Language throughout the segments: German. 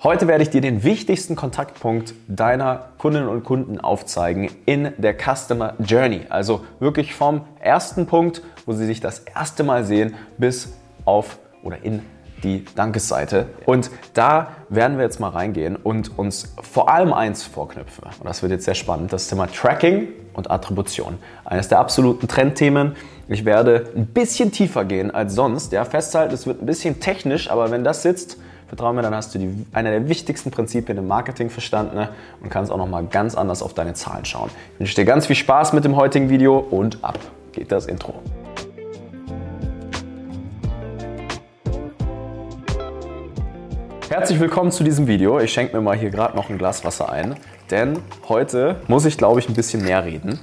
Heute werde ich dir den wichtigsten Kontaktpunkt deiner Kundinnen und Kunden aufzeigen in der Customer Journey. Also wirklich vom ersten Punkt, wo sie sich das erste Mal sehen, bis auf oder in die Dankesseite. Und da werden wir jetzt mal reingehen und uns vor allem eins vorknüpfen. Und das wird jetzt sehr spannend, das Thema Tracking und Attribution. Eines der absoluten Trendthemen. Ich werde ein bisschen tiefer gehen als sonst. Ja, festhalten, es wird ein bisschen technisch, aber wenn das sitzt, vertrau mir, dann hast du eine der wichtigsten Prinzipien im Marketing verstanden und kannst auch nochmal ganz anders auf deine Zahlen schauen. Ich wünsche dir ganz viel Spaß mit dem heutigen Video und ab geht das Intro. Herzlich willkommen zu diesem Video. Ich schenke mir mal hier gerade noch ein Glas Wasser ein, denn heute muss ich, glaube ich, ein bisschen mehr reden.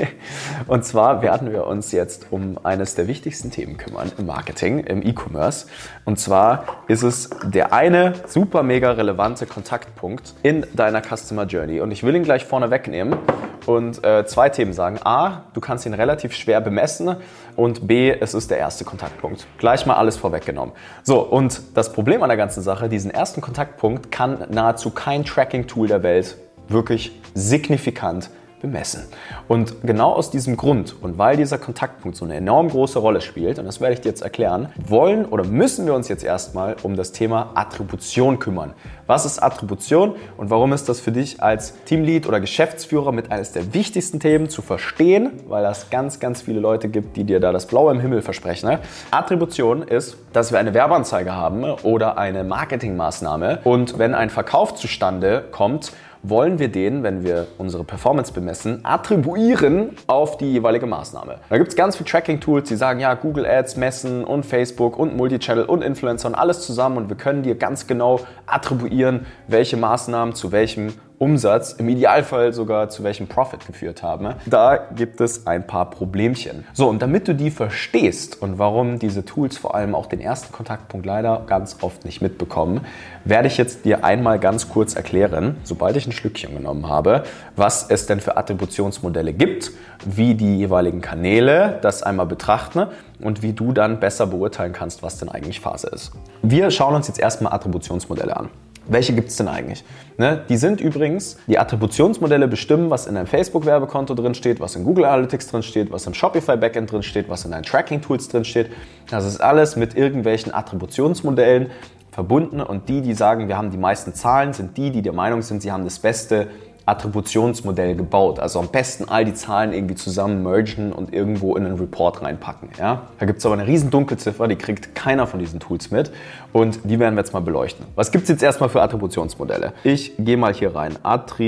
Und zwar werden wir uns jetzt um eines der wichtigsten Themen kümmern im Marketing, im E-Commerce. Und zwar ist es der eine super mega relevante Kontaktpunkt in deiner Customer Journey. Und ich will ihn gleich vorne wegnehmen und zwei Themen sagen. A, du kannst ihn relativ schwer bemessen und B, es ist der erste Kontaktpunkt. Gleich mal alles vorweggenommen. So, und das Problem an der ganzen Sache, diesen ersten Kontaktpunkt kann nahezu kein Tracking-Tool der Welt wirklich signifikant bemessen. Und genau aus diesem Grund und weil dieser Kontaktpunkt so eine enorm große Rolle spielt, und das werde ich dir jetzt erklären, wollen oder müssen wir uns jetzt erstmal um das Thema Attribution kümmern. Was ist Attribution und warum ist das für dich als Teamlead oder Geschäftsführer mit eines der wichtigsten Themen zu verstehen, weil es ganz, ganz viele Leute gibt, die dir da das Blaue im Himmel versprechen. Attribution ist, dass wir eine Werbeanzeige haben oder eine Marketingmaßnahme und wenn ein Verkauf zustande kommt, wollen wir den, wenn wir unsere Performance bemessen, attribuieren auf die jeweilige Maßnahme. Da gibt es ganz viele Tracking-Tools, die sagen, ja, Google Ads messen und Facebook und Multichannel und Influencer und alles zusammen und wir können dir ganz genau attribuieren, welche Maßnahmen zu welchem Umsatz, im Idealfall sogar zu welchem Profit geführt haben. Da gibt es ein paar Problemchen. So, und damit du die verstehst und warum diese Tools vor allem auch den ersten Kontaktpunkt leider ganz oft nicht mitbekommen, werde ich jetzt dir einmal ganz kurz erklären, sobald ich ein Schlückchen genommen habe, was es denn für Attributionsmodelle gibt, wie die jeweiligen Kanäle das einmal betrachten und wie du dann besser beurteilen kannst, was denn eigentlich Phase ist. Wir schauen uns jetzt erstmal Attributionsmodelle an. Welche gibt es denn eigentlich? Die sind übrigens, die Attributionsmodelle bestimmen, was in deinem Facebook-Werbekonto drin steht, was in Google Analytics drin steht, was im Shopify-Backend drin steht, was in deinen Tracking-Tools drin steht. Das ist alles mit irgendwelchen Attributionsmodellen verbunden und die sagen, wir haben die meisten Zahlen, sind die der Meinung sind, sie haben das beste Attributionsmodell gebaut. Also am besten all die Zahlen irgendwie zusammen mergen und irgendwo in einen Report reinpacken. Ja? Da gibt es aber eine riesen Dunkelziffer, die kriegt keiner von diesen Tools mit und die werden wir jetzt mal beleuchten. Was gibt es jetzt erstmal für Attributionsmodelle? Ich gehe mal hier rein.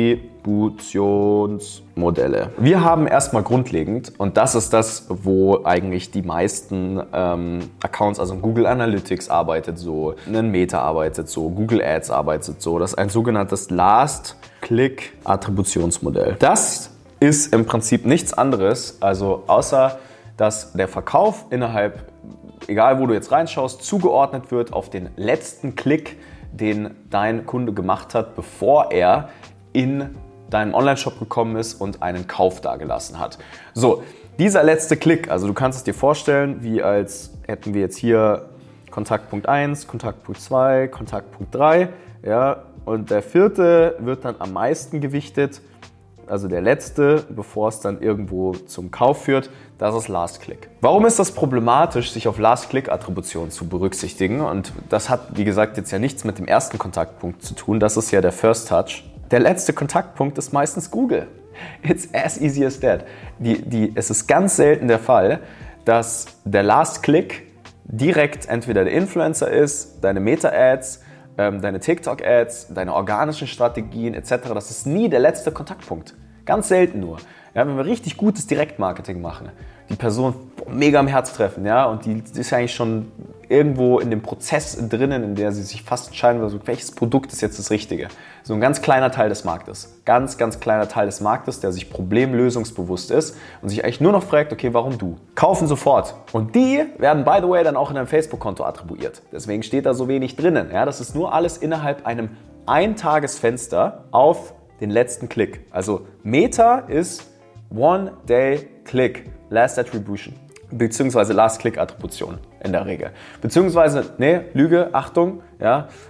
Attributionsmodelle. Wir haben erstmal grundlegend, und das ist das, wo eigentlich die meisten Accounts, also Google Analytics arbeitet so, ein Meta arbeitet so, Google Ads arbeitet so, das ist ein sogenanntes Last-Click-Attributionsmodell. Das ist im Prinzip nichts anderes, also außer, dass der Verkauf innerhalb, egal wo du jetzt reinschaust, zugeordnet wird auf den letzten Klick, den dein Kunde gemacht hat, bevor er in deinen Online-Shop gekommen ist und einen Kauf dagelassen hat. So, dieser letzte Klick, also du kannst es dir vorstellen, wie als hätten wir jetzt hier Kontaktpunkt 1, Kontaktpunkt 2, Kontaktpunkt 3, ja, und der vierte wird dann am meisten gewichtet, also der letzte, bevor es dann irgendwo zum Kauf führt, das ist Last Click. Warum ist das problematisch, sich auf Last Click Attribution zu berücksichtigen? Und das hat, wie gesagt, jetzt ja nichts mit dem ersten Kontaktpunkt zu tun, das ist ja der First Touch. Der letzte Kontaktpunkt ist meistens Google. It's as easy as that. Es ist ganz selten der Fall, dass der Last Click direkt entweder der Influencer ist, deine Meta-Ads, deine TikTok-Ads, deine organischen Strategien etc. Das ist nie der letzte Kontaktpunkt. Ganz selten nur. Ja, wenn wir richtig gutes Direktmarketing machen, die Person mega am Herz treffen, ja, und die ist eigentlich schon irgendwo in dem Prozess drinnen, in der sie sich fast entscheiden will, welches Produkt ist jetzt das Richtige. So ein ganz kleiner Teil des Marktes. Ganz, ganz kleiner Teil des Marktes, der sich problemlösungsbewusst ist und sich eigentlich nur noch fragt, okay, warum du? Kaufen sofort. Und die werden, by the way, dann auch in deinem Facebook-Konto attribuiert. Deswegen steht da so wenig drinnen. Ja, das ist nur alles innerhalb einem Eintagesfenster auf den letzten Klick. Also Meta ist One-Day-Click, Last Attribution, beziehungsweise Last-Click-Attribution in der Regel. Beziehungsweise, Lüge, Achtung, ja,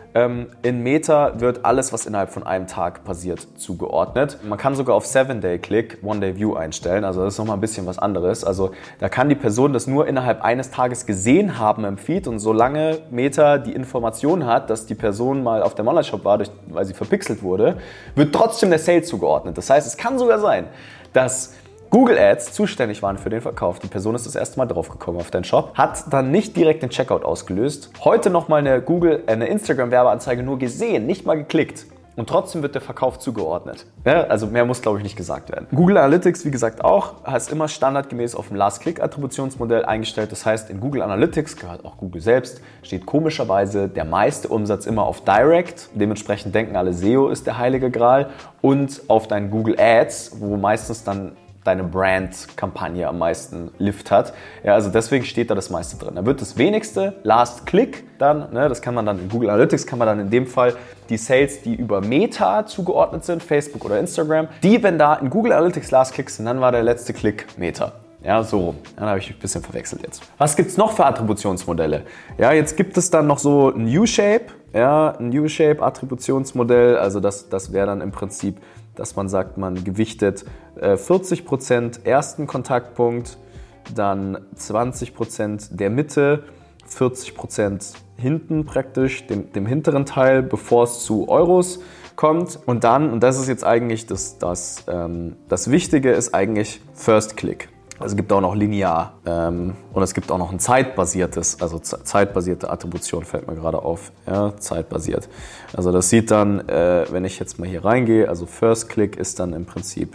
In Meta wird alles, was innerhalb von einem Tag passiert, zugeordnet. Man kann sogar auf 7-Day-Click, One-Day-View einstellen. Also das ist nochmal ein bisschen was anderes. Also da kann die Person das nur innerhalb eines Tages gesehen haben im Feed. Und solange Meta die Information hat, dass die Person mal auf dem Online-Shop war, weil sie verpixelt wurde, wird trotzdem der Sale zugeordnet. Das heißt, es kann sogar sein, dass Google Ads zuständig waren für den Verkauf. Die Person ist das erste Mal draufgekommen auf deinen Shop, hat dann nicht direkt den Checkout ausgelöst, heute nochmal eine Instagram-Werbeanzeige nur gesehen, nicht mal geklickt. Und trotzdem wird der Verkauf zugeordnet. Ja, also mehr muss, glaube ich, nicht gesagt werden. Google Analytics, wie gesagt, auch, ist immer standardgemäß auf dem Last-Click-Attributionsmodell eingestellt. Das heißt, in Google Analytics, gehört auch Google selbst, steht komischerweise der meiste Umsatz immer auf Direct. Dementsprechend denken alle, SEO ist der heilige Gral. Und auf deinen Google Ads, wo meistens dann deine Brand-Kampagne am meisten Lift hat. Ja, also deswegen steht da das meiste drin. Da wird das wenigste, Last Click dann, das kann man dann in Google Analytics, kann man dann in dem Fall die Sales, die über Meta zugeordnet sind, Facebook oder Instagram, die, wenn da in Google Analytics Last Click sind, dann war der letzte Klick Meta. Ja, so. Ja, da habe ich mich ein bisschen verwechselt jetzt. Was gibt es noch für Attributionsmodelle? Ja, jetzt gibt es dann noch so ein U-Shape, ja, ein U-Shape-Attributionsmodell. Also das wäre dann im Prinzip, dass man sagt, man gewichtet 40% ersten Kontaktpunkt, dann 20% der Mitte, 40% hinten praktisch, dem hinteren Teil, bevor es zu Euros kommt. Und dann, und das ist jetzt eigentlich das Wichtige, ist eigentlich First Click. Also es gibt auch noch linear und es gibt auch noch ein zeitbasiertes, also zeitbasierte Attribution fällt mir gerade auf, ja, zeitbasiert. Also das sieht dann, wenn ich jetzt mal hier reingehe, also First Click ist dann im Prinzip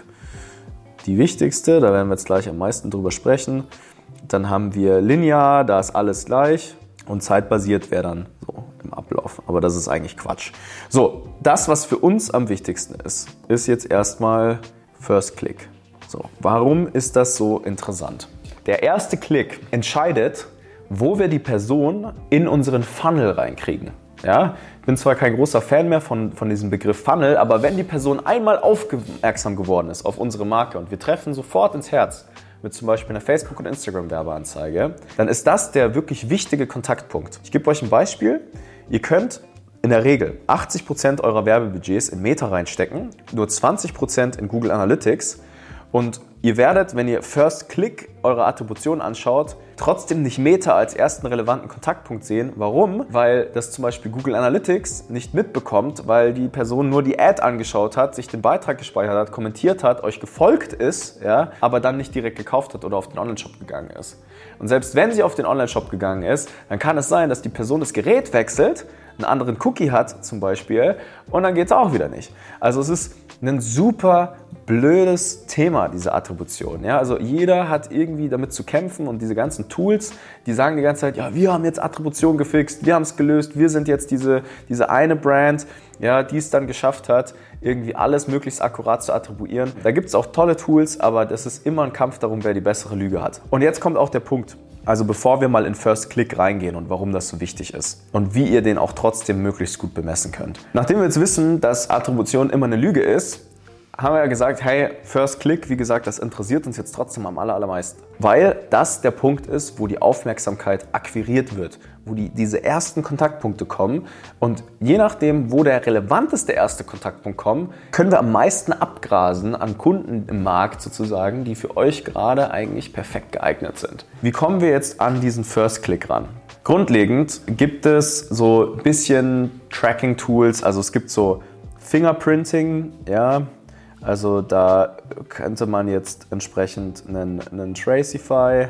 die wichtigste, da werden wir jetzt gleich am meisten drüber sprechen. Dann haben wir linear, da ist alles gleich und zeitbasiert wäre dann so im Ablauf, aber das ist eigentlich Quatsch. So, das, was für uns am wichtigsten ist jetzt erstmal First Click. So, warum ist das so interessant? Der erste Klick entscheidet, wo wir die Person in unseren Funnel reinkriegen. Ja, ich bin zwar kein großer Fan mehr von diesem Begriff Funnel, aber wenn die Person einmal aufmerksam geworden ist auf unsere Marke und wir treffen sofort ins Herz mit zum Beispiel einer Facebook- und Instagram-Werbeanzeige, dann ist das der wirklich wichtige Kontaktpunkt. Ich gebe euch ein Beispiel. Ihr könnt in der Regel 80% eurer Werbebudgets in Meta reinstecken, nur 20% in Google Analytics. Und ihr werdet, wenn ihr First Click eure Attribution anschaut, trotzdem nicht Meta als ersten relevanten Kontaktpunkt sehen. Warum? Weil das zum Beispiel Google Analytics nicht mitbekommt, weil die Person nur die Ad angeschaut hat, sich den Beitrag gespeichert hat, kommentiert hat, euch gefolgt ist, ja, aber dann nicht direkt gekauft hat oder auf den Online-Shop gegangen ist. Und selbst wenn sie auf den Online-Shop gegangen ist, dann kann es sein, dass die Person das Gerät wechselt, einen anderen Cookie hat zum Beispiel und dann geht es auch wieder nicht. Also es ist ein super blödes Thema, diese Attribution. Ja, also jeder hat irgendwie damit zu kämpfen und diese ganzen Tools, die sagen die ganze Zeit, ja, wir haben jetzt Attribution gefixt, wir haben es gelöst, wir sind jetzt diese eine Brand, ja, die es dann geschafft hat, irgendwie alles möglichst akkurat zu attribuieren. Da gibt es auch tolle Tools, aber das ist immer ein Kampf darum, wer die bessere Lüge hat. Und jetzt kommt auch der Punkt. Also bevor wir mal in First Click reingehen und warum das so wichtig ist und wie ihr den auch trotzdem möglichst gut bemessen könnt. Nachdem wir jetzt wissen, dass Attribution immer eine Lüge ist, haben wir ja gesagt, hey, First Click, wie gesagt, das interessiert uns jetzt trotzdem am allermeisten. Weil das der Punkt ist, wo die Aufmerksamkeit akquiriert wird, wo diese ersten Kontaktpunkte kommen. Und je nachdem, wo der relevanteste erste Kontaktpunkt kommt, können wir am meisten abgrasen an Kunden im Markt sozusagen, die für euch gerade eigentlich perfekt geeignet sind. Wie kommen wir jetzt an diesen First Click ran? Grundlegend gibt es so ein bisschen Tracking-Tools, also es gibt so Fingerprinting, ja. Also da könnte man jetzt entsprechend einen Tracify,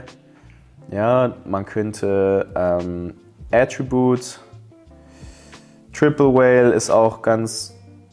ja, man könnte Attribute, Triple Whale ist auch ganz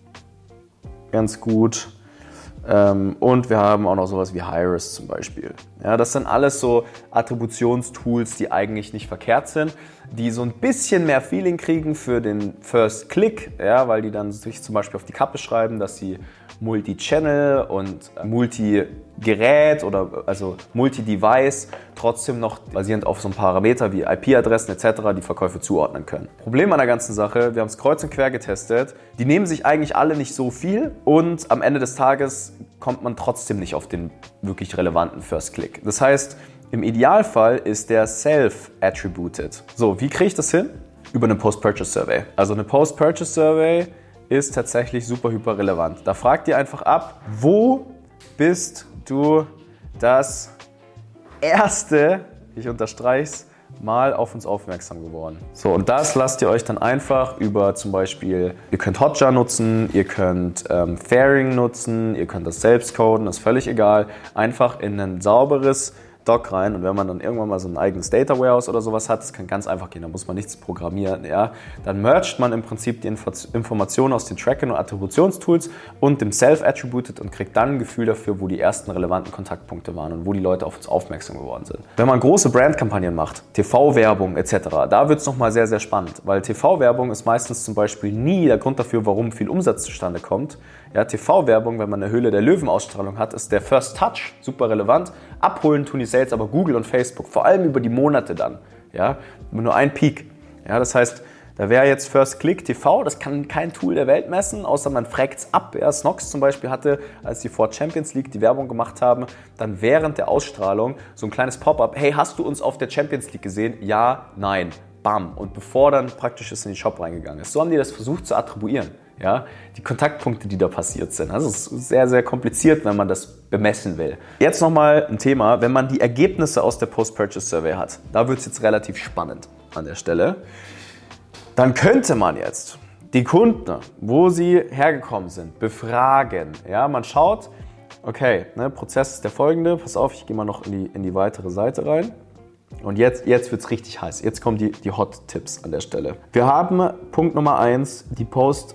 gut und wir haben auch noch sowas wie Hi-Res zum Beispiel. Ja, das sind alles so Attributionstools, die eigentlich nicht verkehrt sind, die so ein bisschen mehr Feeling kriegen für den First Click, ja, weil die dann sich zum Beispiel auf die Kappe schreiben, dass sie Multi-Channel und Multi-Gerät oder also Multi-Device trotzdem noch basierend auf so einem Parameter wie IP-Adressen etc. die Verkäufe zuordnen können. Problem an der ganzen Sache, wir haben es kreuz und quer getestet, die nehmen sich eigentlich alle nicht so viel und am Ende des Tages kommt man trotzdem nicht auf den wirklich relevanten First Click. Das heißt, im Idealfall ist der self-attributed. So, wie kriege ich das hin? Über eine Post-Purchase-Survey. Also eine Post-Purchase-Survey ist tatsächlich super hyper relevant. Da fragt ihr einfach ab, wo bist du das erste, ich unterstreiche es, Mal auf uns aufmerksam geworden. So, und das lasst ihr euch dann einfach über zum Beispiel, ihr könnt Hotjar nutzen, ihr könnt Fairing nutzen, ihr könnt das selbst coden, das ist völlig egal. Einfach in ein sauberes Doc rein, und wenn man dann irgendwann mal so ein eigenes Data Warehouse oder sowas hat, das kann ganz einfach gehen, da muss man nichts programmieren, ja, dann mergt man im Prinzip die Informationen aus den Tracking- und Attributionstools und dem Self-Attributed und kriegt dann ein Gefühl dafür, wo die ersten relevanten Kontaktpunkte waren und wo die Leute auf uns aufmerksam geworden sind. Wenn man große Brandkampagnen macht, TV-Werbung etc., da wird es nochmal sehr, sehr spannend, weil TV-Werbung ist meistens zum Beispiel nie der Grund dafür, warum viel Umsatz zustande kommt. Ja, TV-Werbung, wenn man eine Höhle der Löwen-Ausstrahlung hat, ist der First Touch super relevant. Abholen tun die Sales aber Google und Facebook, vor allem über die Monate dann. Ja, nur ein Peak. Ja, das heißt, da wäre jetzt First Click TV, das kann kein Tool der Welt messen, außer man fragt es ab. Ja, Snox zum Beispiel hatte, als die vor Champions League die Werbung gemacht haben, dann während der Ausstrahlung so ein kleines Pop-up: Hey, hast du uns auf der Champions League gesehen? Ja, nein. Bam. Und bevor dann praktisch es in den Shop reingegangen ist. So haben die das versucht zu attribuieren. Ja, die Kontaktpunkte, die da passiert sind. Also es ist sehr, sehr kompliziert, wenn man das bemessen will. Jetzt nochmal ein Thema, wenn man die Ergebnisse aus der Post-Purchase-Survey hat. Da wird es jetzt relativ spannend an der Stelle. Dann könnte man jetzt die Kunden, wo sie hergekommen sind, befragen. Ja, man schaut, okay, Prozess ist der folgende. Pass auf, ich gehe mal noch in die weitere Seite rein. Und jetzt wird es richtig heiß. Jetzt kommen die Hot-Tipps an der Stelle. Wir haben Punkt Nummer 1, die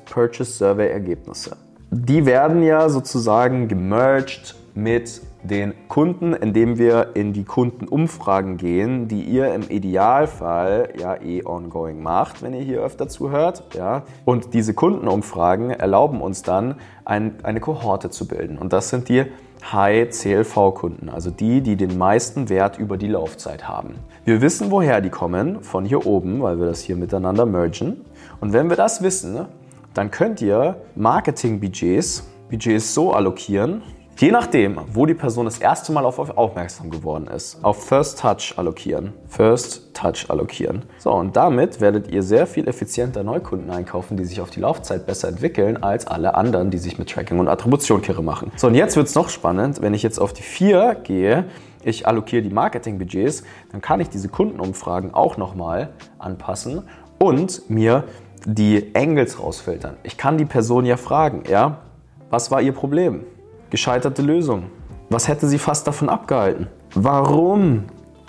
Post-Purchase-Survey-Ergebnisse. Die werden ja sozusagen gemerged mit den Kunden, indem wir in die Kundenumfragen gehen, die ihr im Idealfall ja ongoing macht, wenn ihr hier öfter zuhört. Ja. Und diese Kundenumfragen erlauben uns dann, eine Kohorte zu bilden. Und das sind die High-CLV-Kunden, also die den meisten Wert über die Laufzeit haben. Wir wissen, woher die kommen, von hier oben, weil wir das hier miteinander mergen. Und wenn wir das wissen, dann könnt ihr Marketing-Budgets so allokieren, je nachdem, wo die Person das erste Mal auf euch aufmerksam geworden ist, auf First Touch allokieren. So, und damit werdet ihr sehr viel effizienter Neukunden einkaufen, die sich auf die Laufzeit besser entwickeln, als alle anderen, die sich mit Tracking und Attribution kirre machen. So, und jetzt wird es noch spannend, wenn ich jetzt auf die 4 gehe, ich allokiere die Marketing-Budgets, dann kann ich diese Kundenumfragen auch nochmal anpassen und mir die Angles rausfiltern. Ich kann die Person ja fragen, ja, was war ihr Problem? Gescheiterte Lösung. Was hätte sie fast davon abgehalten? Warum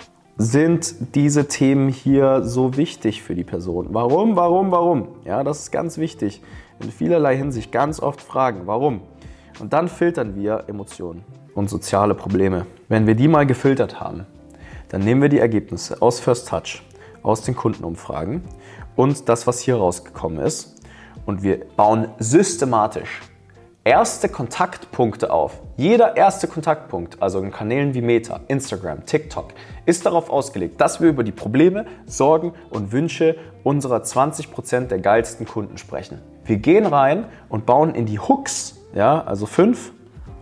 sind diese Themen hier so wichtig für die Person? Warum? Ja, das ist ganz wichtig. In vielerlei Hinsicht ganz oft fragen, warum? Und dann filtern wir Emotionen und soziale Probleme. Wenn wir die mal gefiltert haben, dann nehmen wir die Ergebnisse aus First Touch, aus den Kundenumfragen und das, was hier rausgekommen ist. Und wir bauen systematisch erste Kontaktpunkte auf. Jeder erste Kontaktpunkt, also in Kanälen wie Meta, Instagram, TikTok, ist darauf ausgelegt, dass wir über die Probleme, Sorgen und Wünsche unserer 20% der geilsten Kunden sprechen. Wir gehen rein und bauen in die Hooks, ja, also 5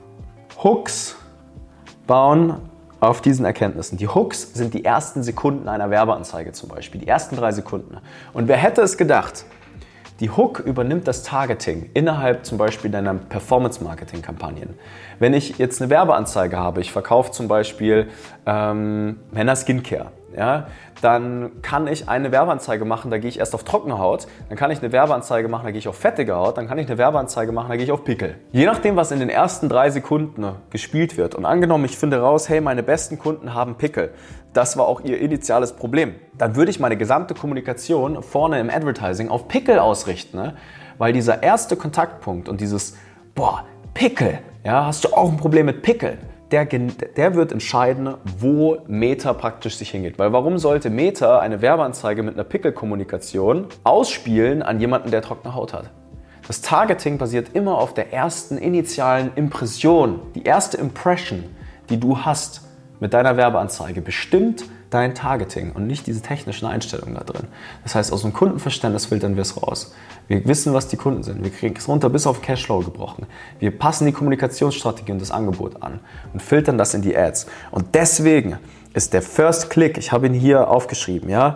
Hooks bauen auf diesen Erkenntnissen. Die Hooks sind die ersten Sekunden einer Werbeanzeige zum Beispiel, die ersten 3 Sekunden. Und wer hätte es gedacht, die Hook übernimmt das Targeting innerhalb zum Beispiel deiner Performance-Marketing-Kampagnen. Wenn ich jetzt eine Werbeanzeige habe, ich verkaufe zum Beispiel Männer Skincare, ja, dann kann ich eine Werbeanzeige machen, da gehe ich erst auf trockene Haut, dann kann ich eine Werbeanzeige machen, da gehe ich auf fettige Haut, dann kann ich eine Werbeanzeige machen, da gehe ich auf Pickel. Je nachdem, was in den ersten 3 Sekunden gespielt wird und angenommen, ich finde raus, hey, meine besten Kunden haben Pickel, das war auch ihr initiales Problem, dann würde ich meine gesamte Kommunikation vorne im Advertising auf Pickel ausrichten, ne? Weil dieser erste Kontaktpunkt und dieses, Pickel, ja, hast du auch ein Problem mit Pickeln? Der wird entscheiden, wo Meta praktisch sich hingeht. Weil warum sollte Meta eine Werbeanzeige mit einer Pickel-Kommunikation ausspielen an jemanden, der trockene Haut hat? Das Targeting basiert immer auf der ersten initialen Impression. Die erste Impression, die du hast mit deiner Werbeanzeige, bestimmt dein Targeting und nicht diese technischen Einstellungen da drin. Das heißt, aus dem Kundenverständnis filtern wir es raus. Wir wissen, was die Kunden sind. Wir kriegen es runter bis auf Cashflow gebrochen. Wir passen die Kommunikationsstrategie und das Angebot an und filtern das in die Ads. Und deswegen ist der First Click, ich habe ihn hier aufgeschrieben, ja,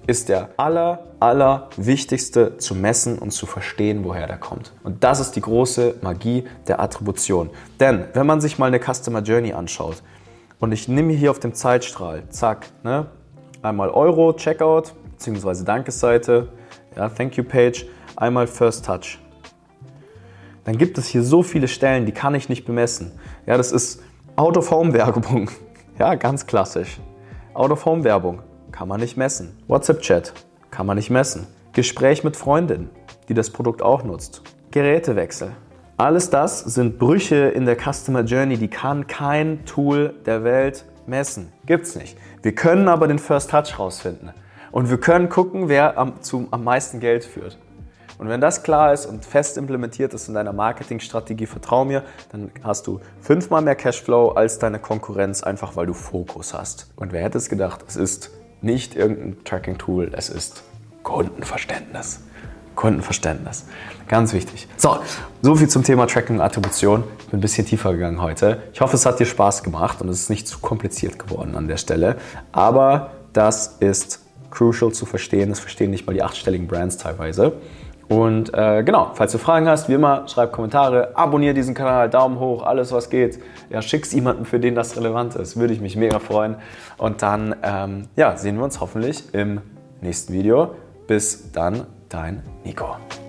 ist der allerwichtigste zu messen und zu verstehen, woher der kommt. Und das ist die große Magie der Attribution. Denn wenn man sich mal eine Customer Journey anschaut und ich nehme hier auf dem Zeitstrahl, zack, ne, einmal Euro, Checkout, beziehungsweise Dankesseite, ja, Thank You Page, einmal First Touch. Dann gibt es hier so viele Stellen, die kann ich nicht bemessen. Ja, das ist Out-of-Home-Werbung. Ja, ganz klassisch. Out-of-Home-Werbung kann man nicht messen. WhatsApp-Chat kann man nicht messen. Gespräch mit Freundin, die das Produkt auch nutzt. Gerätewechsel. Alles das sind Brüche in der Customer Journey, die kann kein Tool der Welt messen. Gibt's nicht. Wir können aber den First Touch rausfinden. Und wir können gucken, wer am meisten Geld führt. Und wenn das klar ist und fest implementiert ist in deiner Marketingstrategie, vertrau mir, dann hast du 5-mal mehr Cashflow als deine Konkurrenz, einfach weil du Fokus hast. Und wer hätte es gedacht, es ist nicht irgendein Tracking-Tool, es ist Kundenverständnis. Kundenverständnis. Ganz wichtig. So viel zum Thema Tracking und Attribution. Ich bin ein bisschen tiefer gegangen heute. Ich hoffe, es hat dir Spaß gemacht und es ist nicht zu kompliziert geworden an der Stelle. Aber das ist crucial zu verstehen. Das verstehen nicht mal die 8-stelligen Brands teilweise. Und genau, falls du Fragen hast, wie immer, schreib Kommentare, abonniere diesen Kanal, Daumen hoch, alles was geht. Ja, schick's jemandem, für den das relevant ist. Würde ich mich mega freuen. Und dann sehen wir uns hoffentlich im nächsten Video. Bis dann, dein Nico.